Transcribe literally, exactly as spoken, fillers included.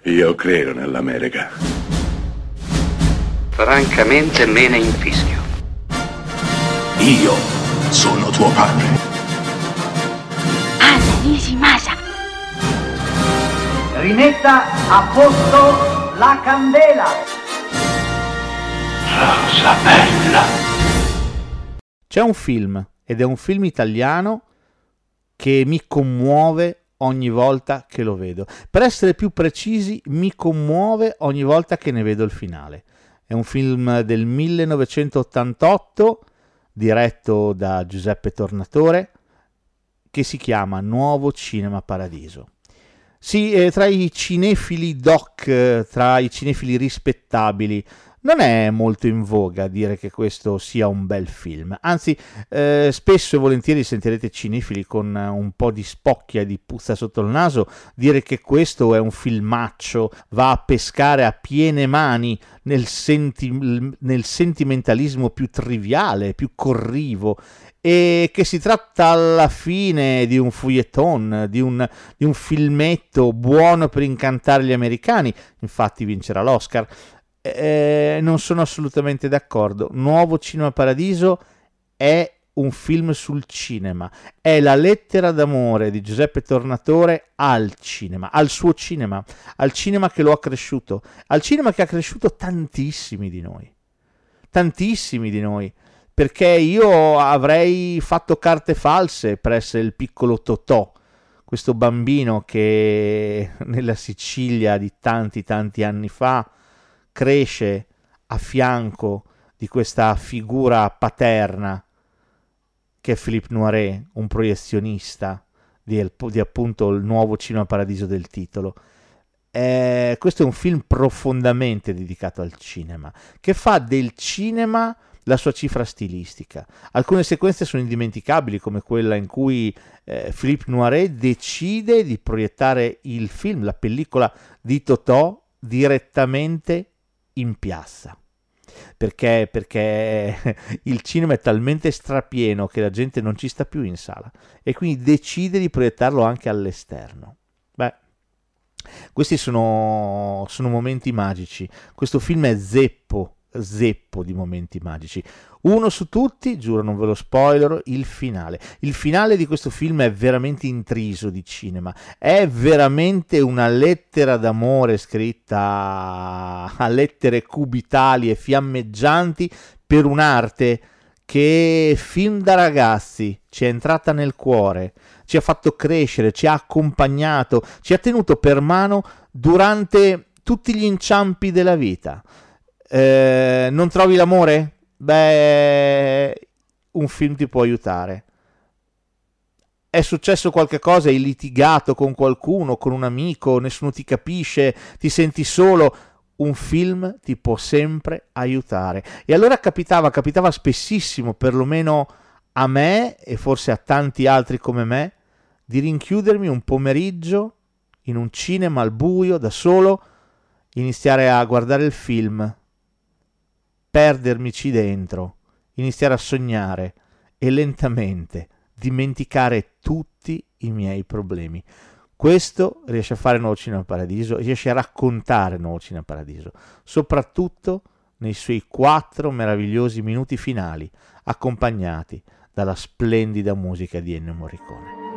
Io credo nell'America. Francamente me ne infischio. Io sono tuo padre. Anna Nishimasa. Rimetta a posto la candela. Rosa bella. C'è un film, ed è un film italiano, che mi commuove ogni volta che lo vedo. Per essere più precisi, mi commuove ogni volta che ne vedo il finale. È un film del millenovecentottantotto, diretto da Giuseppe Tornatore, che si chiama Nuovo Cinema Paradiso. Sì, eh, tra i cinefili doc, eh, tra i cinefili rispettabili, non è molto in voga dire che questo sia un bel film, anzi eh, spesso e volentieri sentirete cinefili con un po' di spocchia e di puzza sotto il naso dire che questo è un filmaccio, va a pescare a piene mani nel, senti- nel sentimentalismo più triviale, più corrivo, e che si tratta alla fine di un feuilleton, di un, di un filmetto buono per incantare gli americani, infatti vincerà l'Oscar. Eh, non sono assolutamente d'accordo. Nuovo Cinema Paradiso è un film sul cinema, è la lettera d'amore di Giuseppe Tornatore al cinema, al suo cinema, al cinema che lo ha cresciuto, al cinema che ha cresciuto tantissimi di noi, tantissimi di noi, perché io avrei fatto carte false per essere il piccolo Totò, questo bambino che nella Sicilia di tanti tanti anni fa cresce a fianco di questa figura paterna che è Philippe Noiret, un proiezionista di, di appunto il Nuovo Cinema Paradiso del titolo. Eh, questo è un film profondamente dedicato al cinema, che fa del cinema la sua cifra stilistica. Alcune sequenze sono indimenticabili, come quella in cui eh, Philippe Noiret decide di proiettare il film, la pellicola di Totò, direttamente in piazza. Perché? Perché il cinema è talmente strapieno che la gente non ci sta più in sala e quindi decide di proiettarlo anche all'esterno. Beh, questi sono, sono momenti magici. Questo film è zeppo, zeppo di momenti magici. Uno su tutti, giuro non ve lo spoilerò, il finale. Il finale di questo film è veramente intriso di cinema, è veramente una lettera d'amore scritta a lettere cubitali e fiammeggianti per un'arte che fin da ragazzi ci è entrata nel cuore, ci ha fatto crescere, ci ha accompagnato, ci ha tenuto per mano durante tutti gli inciampi della vita. Eh, non trovi l'amore? Beh, un film ti può aiutare. È successo qualche cosa, hai litigato con qualcuno, con un amico, nessuno ti capisce, ti senti solo, un film ti può sempre aiutare. E allora capitava, capitava spessissimo, perlomeno a me e forse a tanti altri come me, di rinchiudermi un pomeriggio in un cinema al buio, da solo, iniziare a guardare il film, perdermici dentro, iniziare a sognare e lentamente dimenticare tutti i miei problemi. Questo riesce a fare Nuovo Cinema Paradiso, riesce a raccontare Nuovo Cinema Paradiso, soprattutto nei suoi quattro meravigliosi minuti finali, accompagnati dalla splendida musica di Ennio Morricone.